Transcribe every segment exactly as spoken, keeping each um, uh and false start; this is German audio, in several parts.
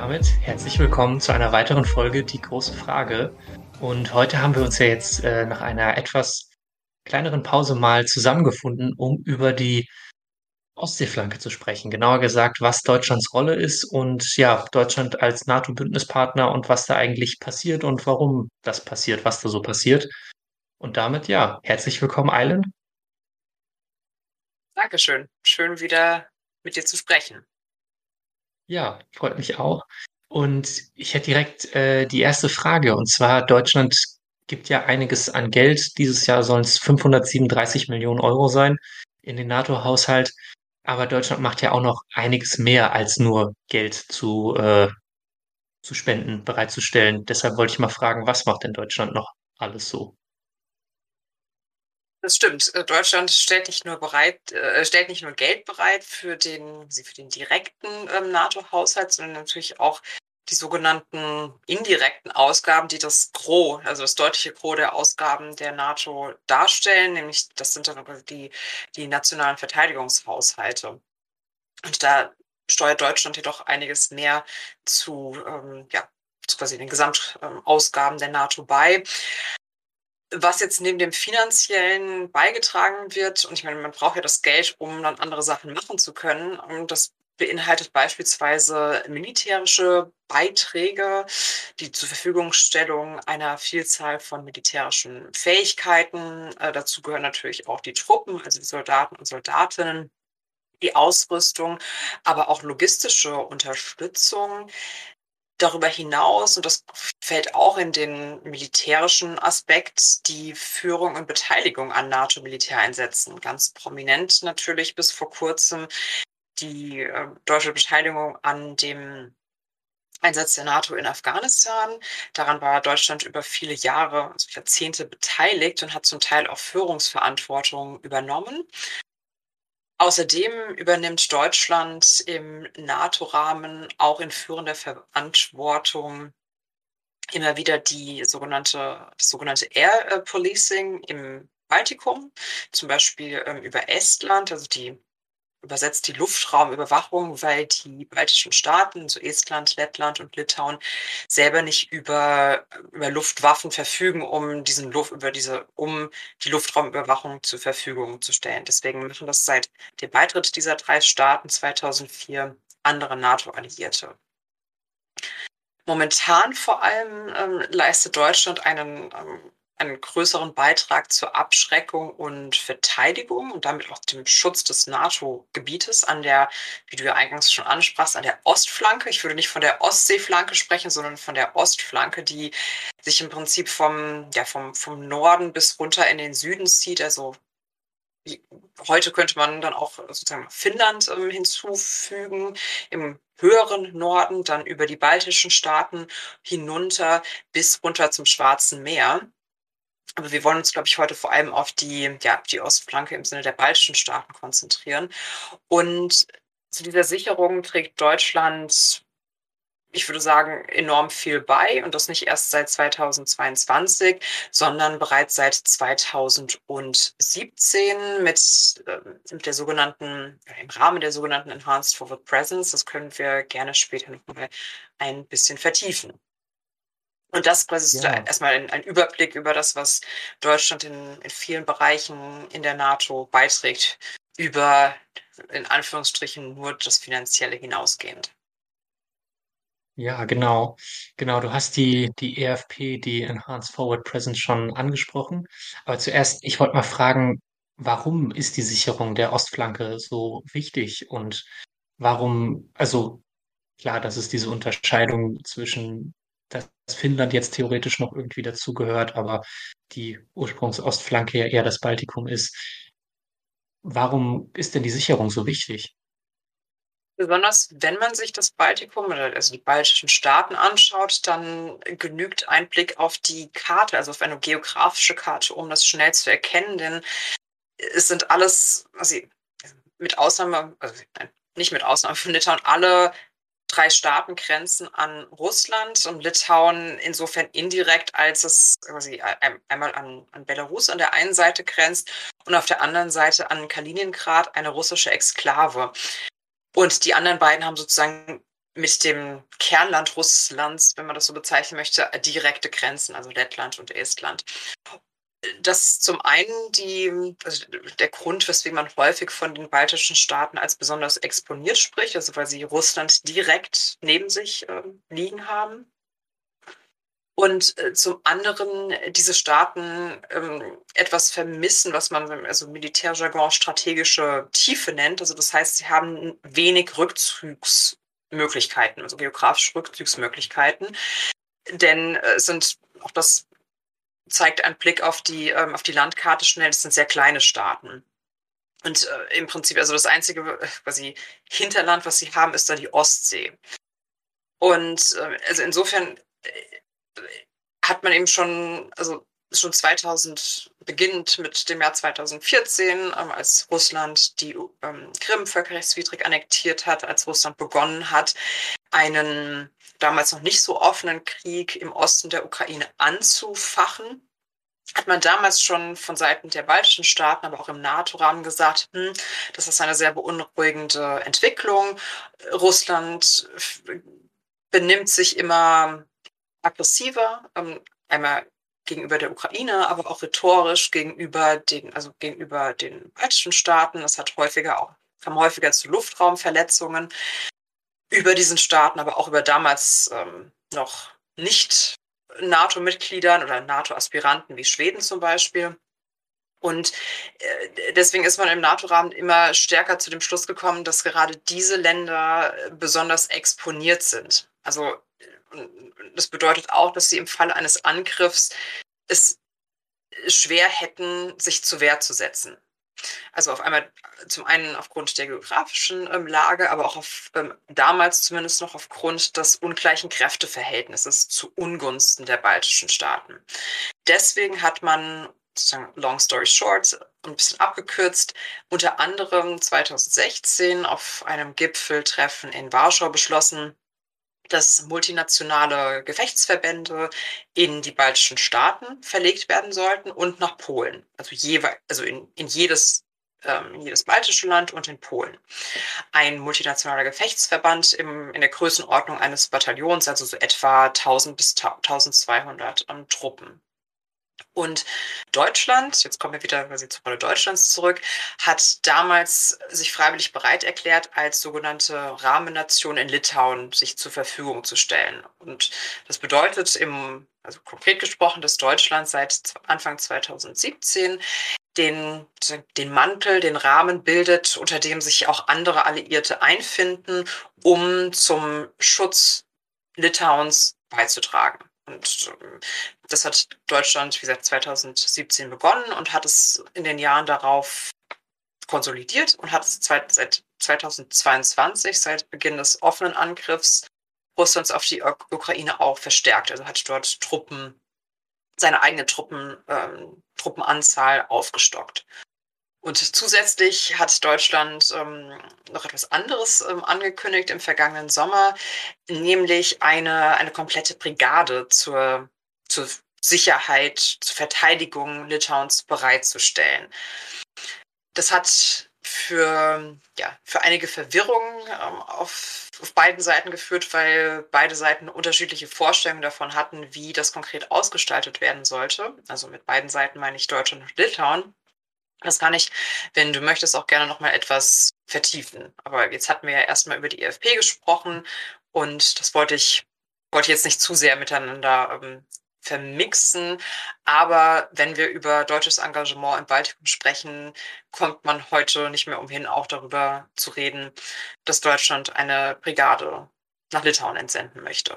damit herzlich willkommen zu einer weiteren Folge Die große Frage. Und heute haben wir uns ja jetzt äh, nach einer etwas kleineren Pause mal zusammengefunden, um über die Ostseeflanke zu sprechen. Genauer gesagt, was Deutschlands Rolle ist und ja, Deutschland als NATO-Bündnispartner und was da eigentlich passiert und warum das passiert, was da so passiert. Und damit ja, herzlich willkommen, Eilen. Dankeschön. Schön wieder mit dir zu sprechen. Ja, freut mich auch. Und ich hätte direkt äh, die erste Frage. Und zwar, Deutschland gibt ja einiges an Geld. Dieses Jahr sollen es fünfhundertsiebenunddreißig Millionen Euro sein in den NATO-Haushalt. Aber Deutschland macht ja auch noch einiges mehr als nur Geld zu, äh, zu spenden, bereitzustellen. Deshalb wollte ich mal fragen, was macht denn Deutschland noch alles so? Das stimmt. Äh, Deutschland stellt nicht nur bereit, äh, stellt nicht nur Geld bereit für den, sie für den direkten ähm, NATO-Haushalt, sondern natürlich auch die sogenannten indirekten Ausgaben, die das Gros, also das deutliche Gros der Ausgaben der NATO darstellen, nämlich das sind dann aber die, die nationalen Verteidigungshaushalte. Und da steuert Deutschland jedoch einiges mehr zu, ähm, ja, zu quasi den Gesamtausgaben der NATO bei. Was jetzt neben dem Finanziellen beigetragen wird, und ich meine, man braucht ja das Geld, um dann andere Sachen machen zu können, und das beinhaltet beispielsweise militärische Beiträge, die Zurverfügungstellung einer Vielzahl von militärischen Fähigkeiten. Äh, dazu gehören natürlich auch die Truppen, also die Soldaten und Soldatinnen, die Ausrüstung, aber auch logistische Unterstützung. Darüber hinaus, und das fällt auch in den militärischen Aspekt, die Führung und Beteiligung an NATO-Militäreinsätzen. Ganz prominent natürlich bis vor kurzem die äh, deutsche Beteiligung an dem Einsatz der NATO in Afghanistan. Daran war Deutschland über viele Jahre, also Jahrzehnte beteiligt und hat zum Teil auch Führungsverantwortung übernommen. Außerdem übernimmt Deutschland im NATO-Rahmen auch in führender Verantwortung immer wieder die sogenannte, das sogenannte Air Policing im Baltikum, zum Beispiel ähm, über Estland, also die übersetzt die Luftraumüberwachung, weil die baltischen Staaten, so Estland, Lettland und Litauen, selber nicht über, über Luftwaffen verfügen, um diesen Luft, über diese, um die Luftraumüberwachung zur Verfügung zu stellen. Deswegen machen das seit dem Beitritt dieser drei Staaten zweitausendvier andere NATO-Alliierte. Momentan vor allem ähm, leistet Deutschland einen, ähm, einen größeren Beitrag zur Abschreckung und Verteidigung und damit auch dem Schutz des NATO-Gebietes an der, wie du ja eingangs schon ansprachst, an der Ostflanke. Ich würde nicht von der Ostseeflanke sprechen, sondern von der Ostflanke, die sich im Prinzip vom, ja, vom, vom Norden bis runter in den Süden zieht, also heute könnte man dann auch sozusagen Finnland ähm, hinzufügen, im höheren Norden, dann über die baltischen Staaten hinunter bis runter zum Schwarzen Meer. Aber wir wollen uns, glaube ich, heute vor allem auf die, ja, die Ostflanke im Sinne der baltischen Staaten konzentrieren. Und zu dieser Sicherung trägt Deutschland, ich würde sagen, enorm viel bei, und das nicht erst seit zweitausendzweiundzwanzig, sondern bereits seit zweitausendsiebzehn mit, äh, mit der sogenannten, im Rahmen der sogenannten Enhanced Forward Presence. Das können wir gerne später noch mal ein bisschen vertiefen. Und das quasi ist Ja. erstmal ein, ein Überblick über das, was Deutschland in, in vielen Bereichen in der NATO beiträgt, über in Anführungsstrichen nur das Finanzielle hinausgehend. Ja, genau. Genau, du hast die, die E F P, die Enhanced Forward Presence, schon angesprochen. Aber zuerst, ich wollte mal fragen, warum ist die Sicherung der Ostflanke so wichtig? Und warum, also klar, dass es diese Unterscheidung zwischen, dass Finnland jetzt theoretisch noch irgendwie dazugehört, aber die Ursprungsostflanke ja eher das Baltikum ist. Warum ist denn die Sicherung so wichtig? Besonders wenn man sich das Baltikum oder also die baltischen Staaten anschaut, dann genügt ein Blick auf die Karte, also auf eine geografische Karte, um das schnell zu erkennen, denn es sind alles, also mit Ausnahme, also nicht mit Ausnahme von Litauen, alle drei Staaten grenzen an Russland und Litauen insofern indirekt, als es quasi einmal an, an Belarus an der einen Seite grenzt und auf der anderen Seite an Kaliningrad, eine russische Exklave. Und die anderen beiden haben sozusagen mit dem Kernland Russlands, wenn man das so bezeichnen möchte, direkte Grenzen, also Lettland und Estland. Das ist zum einen die, also der Grund, weswegen man häufig von den baltischen Staaten als besonders exponiert spricht, also weil sie Russland direkt neben sich äh, liegen haben. Und äh, zum anderen äh, diese Staaten ähm, etwas vermissen, was man also Militärjargon strategische Tiefe nennt. Also das heißt, sie haben wenig Rückzugsmöglichkeiten, also geografische Rückzugsmöglichkeiten. Denn äh, es sind, auch das zeigt ein Blick auf die, ähm, auf die Landkarte schnell, das sind sehr kleine Staaten. Und äh, im Prinzip, also das einzige quasi Hinterland, was sie haben, ist da die Ostsee. Und äh, also insofern äh, hat man eben schon, also schon zweitausend, beginnend mit dem Jahr zweitausendvierzehn, ähm, als Russland die ähm, Krim völkerrechtswidrig annektiert hat, als Russland begonnen hat, einen damals noch nicht so offenen Krieg im Osten der Ukraine anzufachen, hat man damals schon von Seiten der baltischen Staaten, aber auch im NATO-Rahmen gesagt, hm, das ist eine sehr beunruhigende Entwicklung. Russland benimmt sich immer aggressiver, ähm, einmal gegenüber der Ukraine, aber auch rhetorisch gegenüber den, also gegenüber den baltischen Staaten. Das hat häufiger auch, kam häufiger zu Luftraumverletzungen über diesen Staaten, aber auch über damals ähm, noch nicht NATO-Mitgliedern oder NATO-Aspiranten wie Schweden zum Beispiel. Und äh, deswegen ist man im NATO-Rahmen immer stärker zu dem Schluss gekommen, dass gerade diese Länder besonders exponiert sind. Also das bedeutet auch, dass sie im Falle eines Angriffs es schwer hätten, sich zur Wehr zu setzen. Also auf einmal zum einen aufgrund der geografischen ähm, Lage, aber auch auf, ähm, damals zumindest noch aufgrund des ungleichen Kräfteverhältnisses zu Ungunsten der baltischen Staaten. Deswegen hat man, sozusagen long story short, ein bisschen abgekürzt, unter anderem zweitausendsechzehn auf einem Gipfeltreffen in Warschau beschlossen, dass multinationale Gefechtsverbände in die baltischen Staaten verlegt werden sollten und nach Polen. Also, jeweils, also in, in, jedes, ähm, in jedes baltische Land und in Polen. Ein multinationaler Gefechtsverband im, in der Größenordnung eines Bataillons, also so etwa tausend bis tausendzweihundert ähm, Truppen. Und Deutschland, jetzt kommen wir wieder quasi zur Rolle Deutschlands zurück, hat damals sich freiwillig bereit erklärt, als sogenannte Rahmennation in Litauen sich zur Verfügung zu stellen. Und das bedeutet im, also konkret gesprochen, dass Deutschland seit Anfang zweitausendsiebzehn den, den Mantel, den Rahmen bildet, unter dem sich auch andere Alliierte einfinden, um zum Schutz Litauens beizutragen. Und das hat Deutschland, wie gesagt, zweitausendsiebzehn begonnen und hat es in den Jahren darauf konsolidiert und hat es seit zweitausendzweiundzwanzig, seit Beginn des offenen Angriffs Russlands auf die Ukraine auch verstärkt. Also hat dort Truppen, seine eigene Truppen, ähm, Truppenanzahl aufgestockt. Und zusätzlich hat Deutschland ähm, noch etwas anderes ähm, angekündigt im vergangenen Sommer, nämlich eine, eine komplette Brigade zur, zur Sicherheit, zur Verteidigung Litauens bereitzustellen. Das hat für, ja, für einige Verwirrung ähm, auf, auf beiden Seiten geführt, weil beide Seiten unterschiedliche Vorstellungen davon hatten, wie das konkret ausgestaltet werden sollte. Also mit beiden Seiten meine ich Deutschland und Litauen. Das kann ich, wenn du möchtest, auch gerne noch mal etwas vertiefen. Aber jetzt hatten wir ja erstmal über die E F P gesprochen und das wollte ich, wollte ich jetzt nicht zu sehr miteinander ähm, vermixen. Aber wenn wir über deutsches Engagement im Baltikum sprechen, kommt man heute nicht mehr umhin, auch darüber zu reden, dass Deutschland eine Brigade nach Litauen entsenden möchte.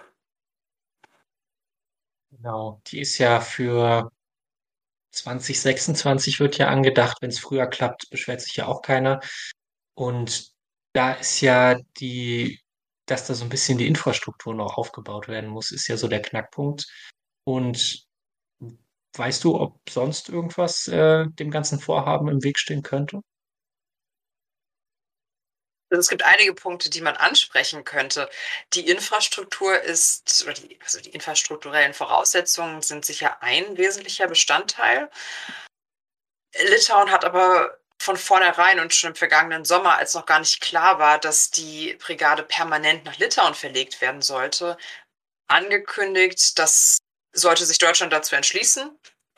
Genau, die ist ja für zwanzig sechsundzwanzig wird ja angedacht. Wenn es früher klappt, beschwert sich ja auch keiner. Und da ist ja die, dass da so ein bisschen die Infrastruktur noch aufgebaut werden muss, ist ja so der Knackpunkt. Und weißt du, ob sonst irgendwas äh, dem ganzen Vorhaben im Weg stehen könnte? Also es gibt einige Punkte, die man ansprechen könnte. Die Infrastruktur ist, oder die, also die infrastrukturellen Voraussetzungen sind sicher ein wesentlicher Bestandteil. Litauen hat aber von vornherein und schon im vergangenen Sommer, als noch gar nicht klar war, dass die Brigade permanent nach Litauen verlegt werden sollte, angekündigt, dass sollte sich Deutschland dazu entschließen,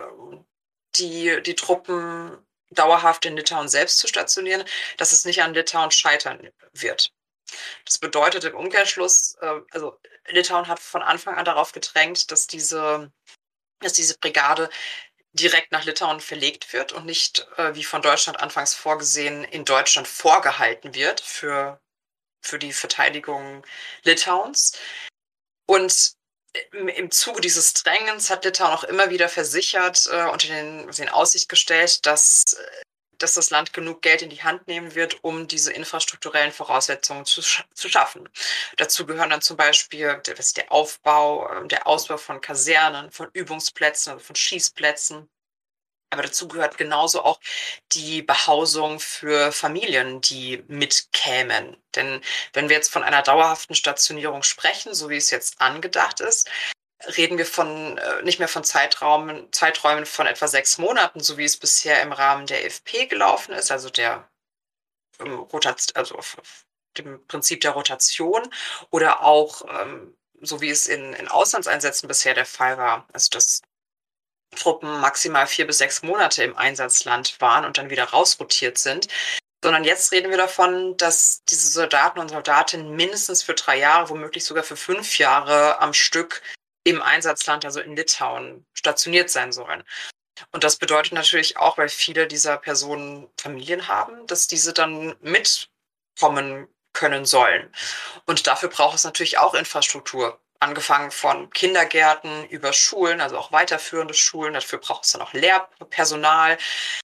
die, die Truppen dauerhaft in Litauen selbst zu stationieren, dass es nicht an Litauen scheitern wird. Das bedeutet im Umkehrschluss, äh, also Litauen hat von Anfang an darauf gedrängt, dass diese, dass diese Brigade direkt nach Litauen verlegt wird und nicht, äh, wie von Deutschland anfangs vorgesehen, in Deutschland vorgehalten wird für, für die Verteidigung Litauens. Und im, im Zuge dieses Drängens hat Litauen auch immer wieder versichert äh, und in, in Aussicht gestellt, dass, dass das Land genug Geld in die Hand nehmen wird, um diese infrastrukturellen Voraussetzungen zu, sch zu schaffen. Dazu gehören dann zum Beispiel der, der Aufbau, der Ausbau von Kasernen, von Übungsplätzen, von Schießplätzen. Aber dazu gehört genauso auch die Behausung für Familien, die mitkämen. Denn wenn wir jetzt von einer dauerhaften Stationierung sprechen, so wie es jetzt angedacht ist, reden wir von äh, nicht mehr von Zeitraum, Zeiträumen von etwa sechs Monaten, so wie es bisher im Rahmen der E F P gelaufen ist, also der ähm, Rotation, also auf, auf dem Prinzip der Rotation, oder auch ähm, so wie es in, in Auslandseinsätzen bisher der Fall war, also dass Truppen maximal vier bis sechs Monate im Einsatzland waren und dann wieder rausrotiert sind, sondern jetzt reden wir davon, dass diese Soldaten und Soldatinnen mindestens für drei Jahre, womöglich sogar für fünf Jahre am Stück im Einsatzland, also in Litauen, stationiert sein sollen. Und das bedeutet natürlich auch, weil viele dieser Personen Familien haben, dass diese dann mitkommen können sollen. Und dafür braucht es natürlich auch Infrastruktur. Angefangen von Kindergärten über Schulen, also auch weiterführende Schulen. Dafür braucht es dann auch Lehrpersonal.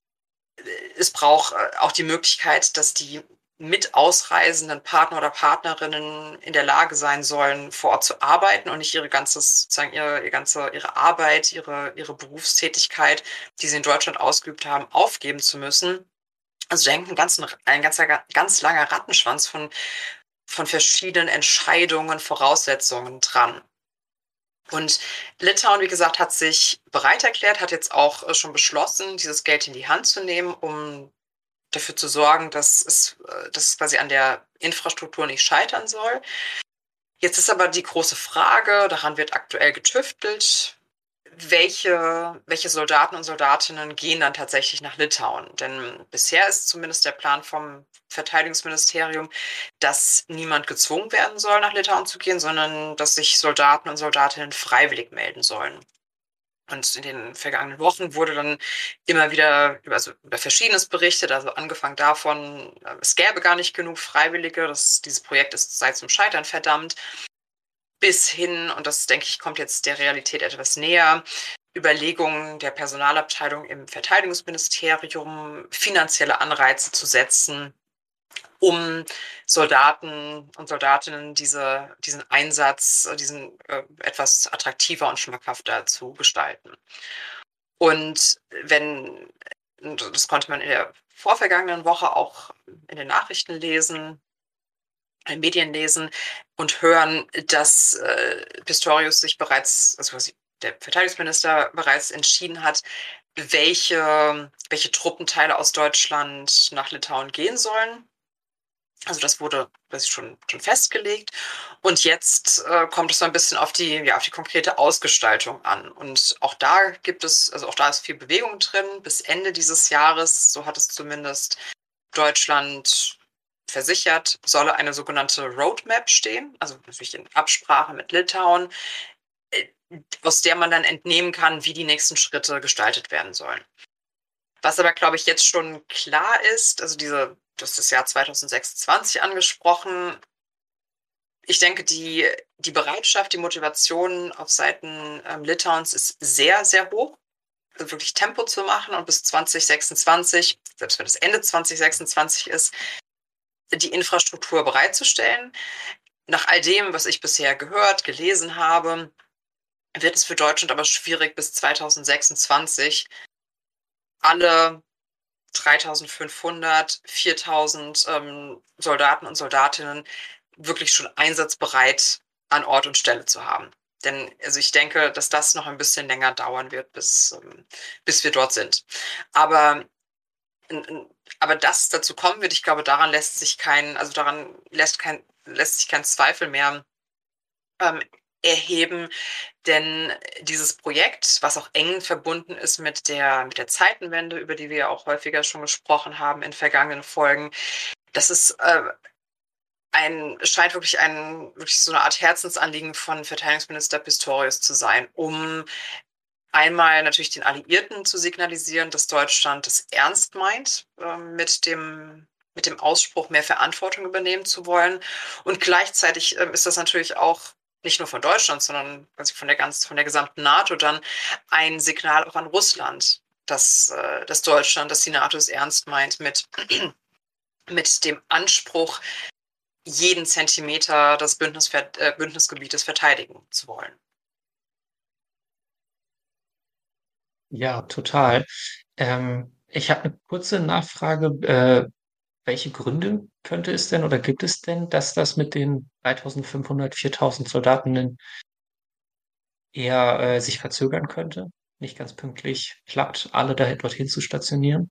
Es braucht auch die Möglichkeit, dass die mit ausreisenden Partner oder Partnerinnen in der Lage sein sollen, vor Ort zu arbeiten und nicht ihre ganzes, sozusagen ihre, ihre ganze, ihre Arbeit, ihre, ihre Berufstätigkeit, die sie in Deutschland ausgeübt haben, aufgeben zu müssen. Also da hängt ein, ganzen, ein ganzer, ganz langer Rattenschwanz von, von verschiedenen Entscheidungen, Voraussetzungen dran. Und Litauen, wie gesagt, hat sich bereit erklärt, hat jetzt auch schon beschlossen, dieses Geld in die Hand zu nehmen, um dafür zu sorgen, dass es, dass es quasi an der Infrastruktur nicht scheitern soll. Jetzt ist aber die große Frage, daran wird aktuell getüftelt, welche, welche Soldaten und Soldatinnen gehen dann tatsächlich nach Litauen. Denn bisher ist zumindest der Plan vom Verteidigungsministerium, dass niemand gezwungen werden soll, nach Litauen zu gehen, sondern dass sich Soldaten und Soldatinnen freiwillig melden sollen. Und in den vergangenen Wochen wurde dann immer wieder über, also über Verschiedenes berichtet, also angefangen davon, es gäbe gar nicht genug Freiwillige, das, dieses Projekt ist sei zum Scheitern verdammt, bis hin, und das denke ich, kommt jetzt der Realität etwas näher, Überlegungen der Personalabteilung im Verteidigungsministerium, finanzielle Anreize zu setzen, um Soldaten und Soldatinnen diese, diesen Einsatz, diesen äh, etwas attraktiver und schmackhafter zu gestalten. Und wenn, das konnte man in der vorvergangenen Woche auch in den Nachrichten lesen, in den Medien lesen und hören, dass äh, Pistorius sich bereits, also der Verteidigungsminister bereits entschieden hat, welche, welche Truppenteile aus Deutschland nach Litauen gehen sollen. Also das wurde das ist schon, schon festgelegt. Und jetzt äh, kommt es so ein bisschen auf die, ja, auf die konkrete Ausgestaltung an. Und auch da gibt es, also auch da ist viel Bewegung drin. Bis Ende dieses Jahres, so hat es zumindest Deutschland versichert, solle eine sogenannte Roadmap stehen, also natürlich in Absprache mit Litauen, aus der man dann entnehmen kann, wie die nächsten Schritte gestaltet werden sollen. Was aber, glaube ich, jetzt schon klar ist, also diese, das ist das Jahr zweitausendsechsundzwanzig angesprochen, ich denke, die, die Bereitschaft, die Motivation auf Seiten ähm, Litauens ist sehr, sehr hoch, also wirklich Tempo zu machen und bis zweitausendsechsundzwanzig, selbst wenn es Ende zweitausendsechsundzwanzig ist, die Infrastruktur bereitzustellen. Nach all dem, was ich bisher gehört, gelesen habe, wird es für Deutschland aber schwierig, bis zweitausendsechsundzwanzig alle dreitausendfünfhundert, viertausend ähm, Soldaten und Soldatinnen wirklich schon einsatzbereit an Ort und Stelle zu haben. Denn also ich denke, dass das noch ein bisschen länger dauern wird, bis, ähm, bis wir dort sind. Aber aber dass es dazu kommen wird, ich glaube, daran lässt sich kein, also daran lässt kein, lässt sich kein Zweifel mehr ähm, erheben, denn dieses Projekt, was auch eng verbunden ist mit der, mit der Zeitenwende, über die wir ja auch häufiger schon gesprochen haben in vergangenen Folgen, das ist äh, ein, scheint wirklich ein, wirklich so eine Art Herzensanliegen von Verteidigungsminister Pistorius zu sein, um einmal natürlich den Alliierten zu signalisieren, dass Deutschland es ernst meint, äh, mit dem, mit dem Ausspruch, mehr Verantwortung übernehmen zu wollen. Und gleichzeitig äh, ist das natürlich auch nicht nur von Deutschland, sondern also von der ganz, von der gesamten NATO dann ein Signal auch an Russland, dass, äh, dass Deutschland, dass die NATO es ernst meint mit, mit dem Anspruch, jeden Zentimeter des Bündnis, äh, Bündnisgebietes verteidigen zu wollen. Ja, total. Ähm, ich habe eine kurze Nachfrage. Äh, welche Gründe könnte es denn oder gibt es denn, dass das mit den dreitausendfünfhundert, viertausend Soldaten eher äh, sich verzögern könnte? Nicht ganz pünktlich klappt, alle da dorthin zu stationieren?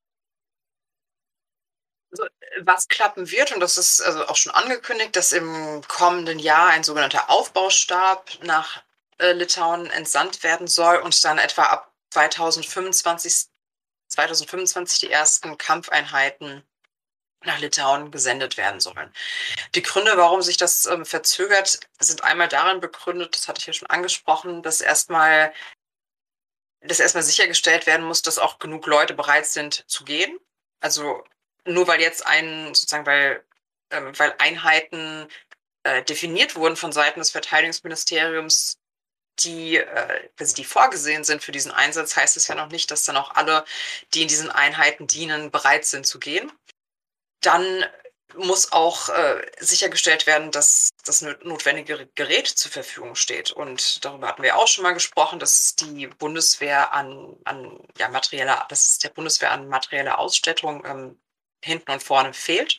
Also, was klappen wird, und das ist also auch schon angekündigt, dass im kommenden Jahr ein sogenannter Aufbaustab nach äh, Litauen entsandt werden soll und dann etwa ab zweitausendfünfundzwanzig, zweitausendfünfundzwanzig die ersten Kampfeinheiten nach Litauen gesendet werden sollen. Die Gründe, warum sich das ähm, verzögert, sind einmal darin begründet, das hatte ich ja schon angesprochen, dass erstmal, dass erstmal sichergestellt werden muss, dass auch genug Leute bereit sind zu gehen. Also nur weil jetzt ein, sozusagen, weil, ähm, weil Einheiten äh, definiert wurden von Seiten des Verteidigungsministeriums, die, äh, also die vorgesehen sind für diesen Einsatz, heißt es ja noch nicht, dass dann auch alle, die in diesen Einheiten dienen, bereit sind zu gehen. Dann muss auch äh, sichergestellt werden, dass das notwendige Gerät zur Verfügung steht. Und darüber hatten wir auch schon mal gesprochen, dass die Bundeswehr an, an ja, materieller, dass es der Bundeswehr an materieller Ausstattung ähm, hinten und vorne fehlt.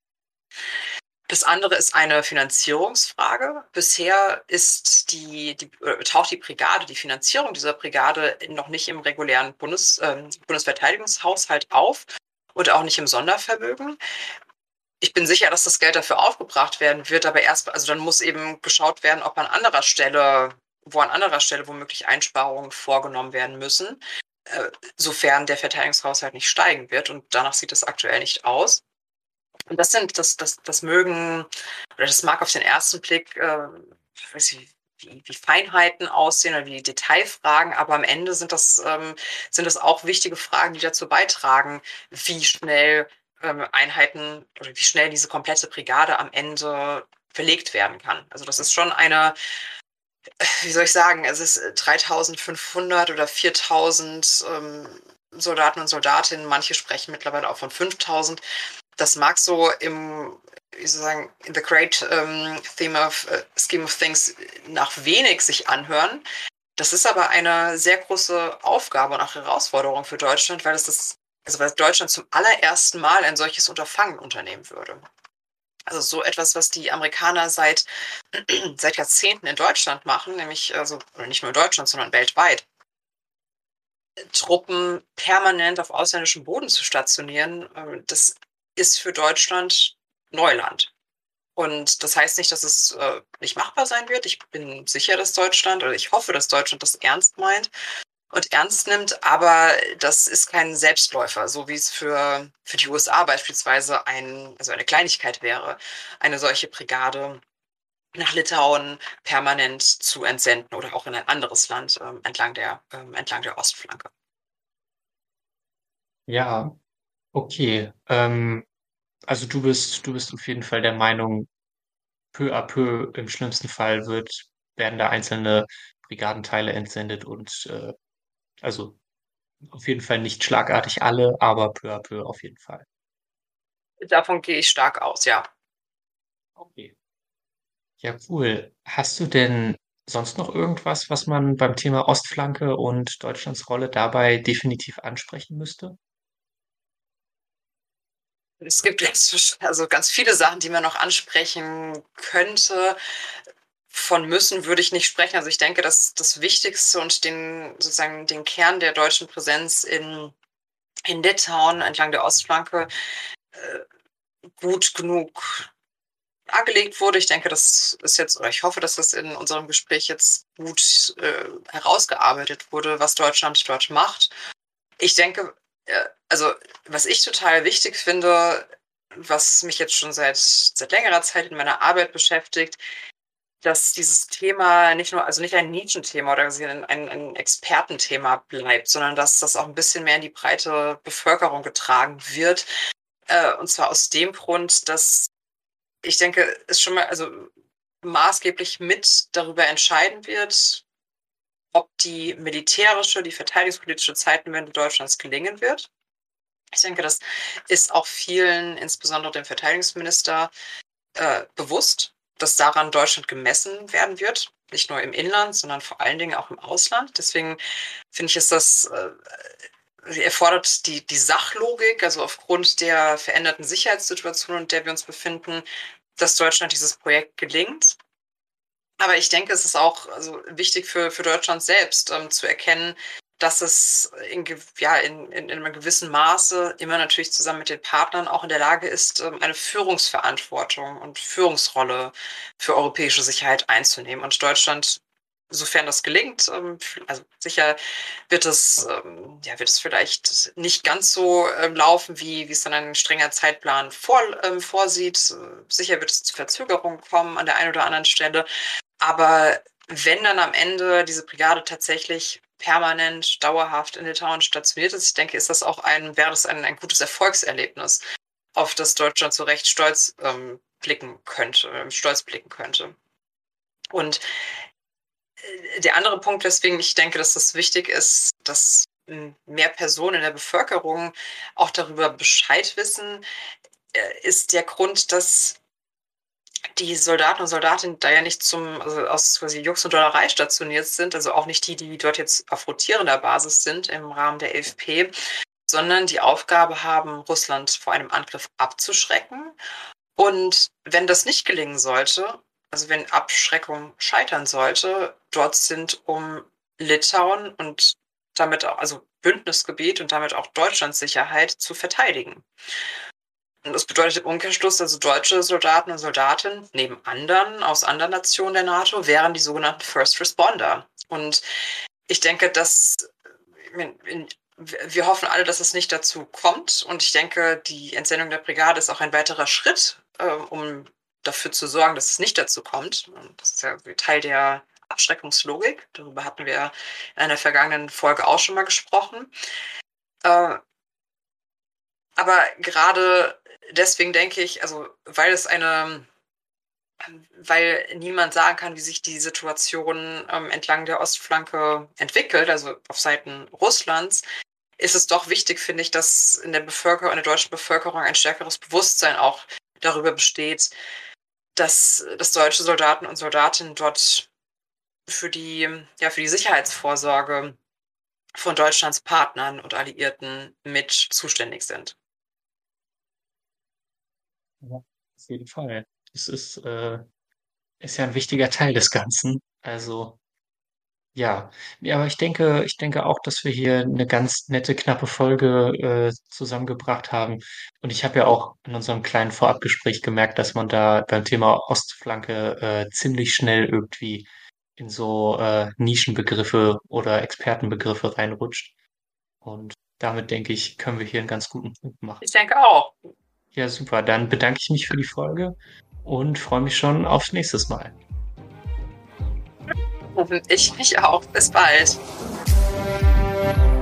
Das andere ist eine Finanzierungsfrage. Bisher ist die, die, taucht die Brigade, die Finanzierung dieser Brigade noch nicht im regulären Bundes, äh, Bundesverteidigungshaushalt auf und auch nicht im Sondervermögen. Ich bin sicher, dass das Geld dafür aufgebracht werden wird, aber erst, also dann muss eben geschaut werden, ob an anderer Stelle, wo an anderer Stelle womöglich Einsparungen vorgenommen werden müssen, äh, sofern der Verteidigungshaushalt nicht steigen wird. Und danach sieht es aktuell nicht aus. Und das sind, das, das, das mögen, oder das mag auf den ersten Blick, äh, ich weiß nicht, wie, wie Feinheiten aussehen oder wie Detailfragen, aber am Ende sind das, ähm, sind das auch wichtige Fragen, die dazu beitragen, wie schnell ähm, Einheiten oder wie schnell diese komplette Brigade am Ende verlegt werden kann. Also das ist schon eine, wie soll ich sagen, es ist dreitausendfünfhundert oder viertausend ähm, Soldaten und Soldatinnen, manche sprechen mittlerweile auch von fünftausend. Das mag so im, wie soll ich sagen, in the great um, theme of, uh, scheme of things nach wenig sich anhören. Das ist aber eine sehr große Aufgabe und auch Herausforderung für Deutschland, weil es das, also weil Deutschland zum allerersten Mal ein solches Unterfangen unternehmen würde. Also so etwas, was die Amerikaner seit, seit Jahrzehnten in Deutschland machen, nämlich, also, oder nicht nur in Deutschland, sondern weltweit, Truppen permanent auf ausländischem Boden zu stationieren, das ist für Deutschland Neuland. Und das heißt nicht, dass es äh, nicht machbar sein wird. Ich bin sicher, dass Deutschland, oder ich hoffe, dass Deutschland das ernst meint und ernst nimmt, aber das ist kein Selbstläufer, so wie es für, für die U S A beispielsweise ein, also eine Kleinigkeit wäre, eine solche Brigade nach Litauen permanent zu entsenden oder auch in ein anderes Land ähm, entlang der, ähm, entlang der Ostflanke. Ja, okay. Ähm, also du bist, du bist auf jeden Fall der Meinung, peu à peu im schlimmsten Fall wird, werden da einzelne Brigadenteile entsendet und äh, also auf jeden Fall nicht schlagartig alle, aber peu à peu auf jeden Fall. Davon gehe ich stark aus, ja. Okay. Ja, cool. Hast du denn sonst noch irgendwas, was man beim Thema Ostflanke und Deutschlands Rolle dabei definitiv ansprechen müsste? Es gibt ganz, also ganz viele Sachen, die man noch ansprechen könnte. Von müssen würde ich nicht sprechen. Also ich denke, dass das Wichtigste und den, sozusagen den Kern der deutschen Präsenz in, in Litauen entlang der Ostflanke äh, gut genug dargelegt wurde. Ich denke, das ist jetzt, oder ich hoffe, dass das in unserem Gespräch jetzt gut äh, herausgearbeitet wurde, was Deutschland dort macht. Ich denke, äh, also was ich total wichtig finde, was mich jetzt schon seit, seit längerer Zeit in meiner Arbeit beschäftigt, dass dieses Thema nicht nur, also nicht ein Nischenthema oder ein, ein, ein Expertenthema bleibt, sondern dass das auch ein bisschen mehr in die breite Bevölkerung getragen wird. Äh, und zwar aus dem Grund, dass ich denke, es schon mal, also maßgeblich mit darüber entscheiden wird, ob die militärische, die verteidigungspolitische Zeitenwende Deutschlands gelingen wird. Ich denke, das ist auch vielen, insbesondere dem Verteidigungsminister, äh, bewusst, dass daran Deutschland gemessen werden wird. Nicht nur im Inland, sondern vor allen Dingen auch im Ausland. Deswegen finde ich, ist das, äh, erfordert die, die Sachlogik, also aufgrund der veränderten Sicherheitssituation, in der wir uns befinden, dass Deutschland dieses Projekt gelingt. Aber ich denke, es ist auch also wichtig für, für Deutschland selbst ähm, zu erkennen, dass es in, ja, in, in, in einem gewissen Maße immer natürlich zusammen mit den Partnern auch in der Lage ist, ähm, eine Führungsverantwortung und Führungsrolle für europäische Sicherheit einzunehmen. Und Deutschland, sofern das gelingt, ähm, also sicher wird es, ähm, ja, wird es vielleicht nicht ganz so ähm, laufen, wie, wie es dann ein strenger Zeitplan vor, ähm, vorsieht. Sicher wird es zu Verzögerungen kommen an der einen oder anderen Stelle. Aber wenn dann am Ende diese Brigade tatsächlich permanent, dauerhaft in Litauen stationiert ist, ich denke, ist das auch ein, wäre das ein, ein gutes Erfolgserlebnis, auf das Deutschland zu Recht stolz ähm, blicken könnte, äh, stolz blicken könnte. Und äh, der andere Punkt, weswegen ich denke, dass das wichtig ist, dass mehr Personen in der Bevölkerung auch darüber Bescheid wissen, äh, ist der Grund, dass die Soldaten und Soldatinnen da ja nicht zum, also aus quasi Jux und Dollerei stationiert sind, also auch nicht die, die dort jetzt auf rotierender Basis sind im Rahmen der E F P, sondern die Aufgabe haben, Russland vor einem Angriff abzuschrecken. Und wenn das nicht gelingen sollte, also wenn Abschreckung scheitern sollte, dort sind, um Litauen und damit auch, also Bündnisgebiet und damit auch Deutschlands Sicherheit zu verteidigen. Und das bedeutet im Umkehrschluss, also deutsche Soldaten und Soldatinnen neben anderen aus anderen Nationen der NATO wären die sogenannten First Responder. Und ich denke, dass wir hoffen alle, dass es nicht dazu kommt. Und ich denke, die Entsendung der Brigade ist auch ein weiterer Schritt, äh, um dafür zu sorgen, dass es nicht dazu kommt. Und das ist ja Teil der Abschreckungslogik. Darüber hatten wir in einer vergangenen Folge auch schon mal gesprochen. Äh, aber gerade deswegen denke ich, also weil es eine, weil niemand sagen kann, wie sich die Situation ähm, entlang der Ostflanke entwickelt, also auf Seiten Russlands, ist es doch wichtig, finde ich, dass in der Bevölkerung, in der deutschen Bevölkerung ein stärkeres Bewusstsein auch darüber besteht, dass, dass deutsche Soldaten und Soldatinnen dort für die, ja, für die Sicherheitsvorsorge von Deutschlands Partnern und Alliierten mit zuständig sind. Ja, auf jeden Fall. Es ist, äh, ist ja ein wichtiger Teil des Ganzen. Also, ja. Ja, aber ich denke, ich denke auch, dass wir hier eine ganz nette, knappe Folge äh, zusammengebracht haben. Und ich habe ja auch in unserem kleinen Vorabgespräch gemerkt, dass man da beim Thema Ostflanke äh, ziemlich schnell irgendwie in so äh, Nischenbegriffe oder Expertenbegriffe reinrutscht. Und damit denke ich, können wir hier einen ganz guten Punkt machen. Ich denke auch. Ja, super. Dann bedanke ich mich für die Folge und freue mich schon aufs nächste Mal. Ich mich auch. Bis bald.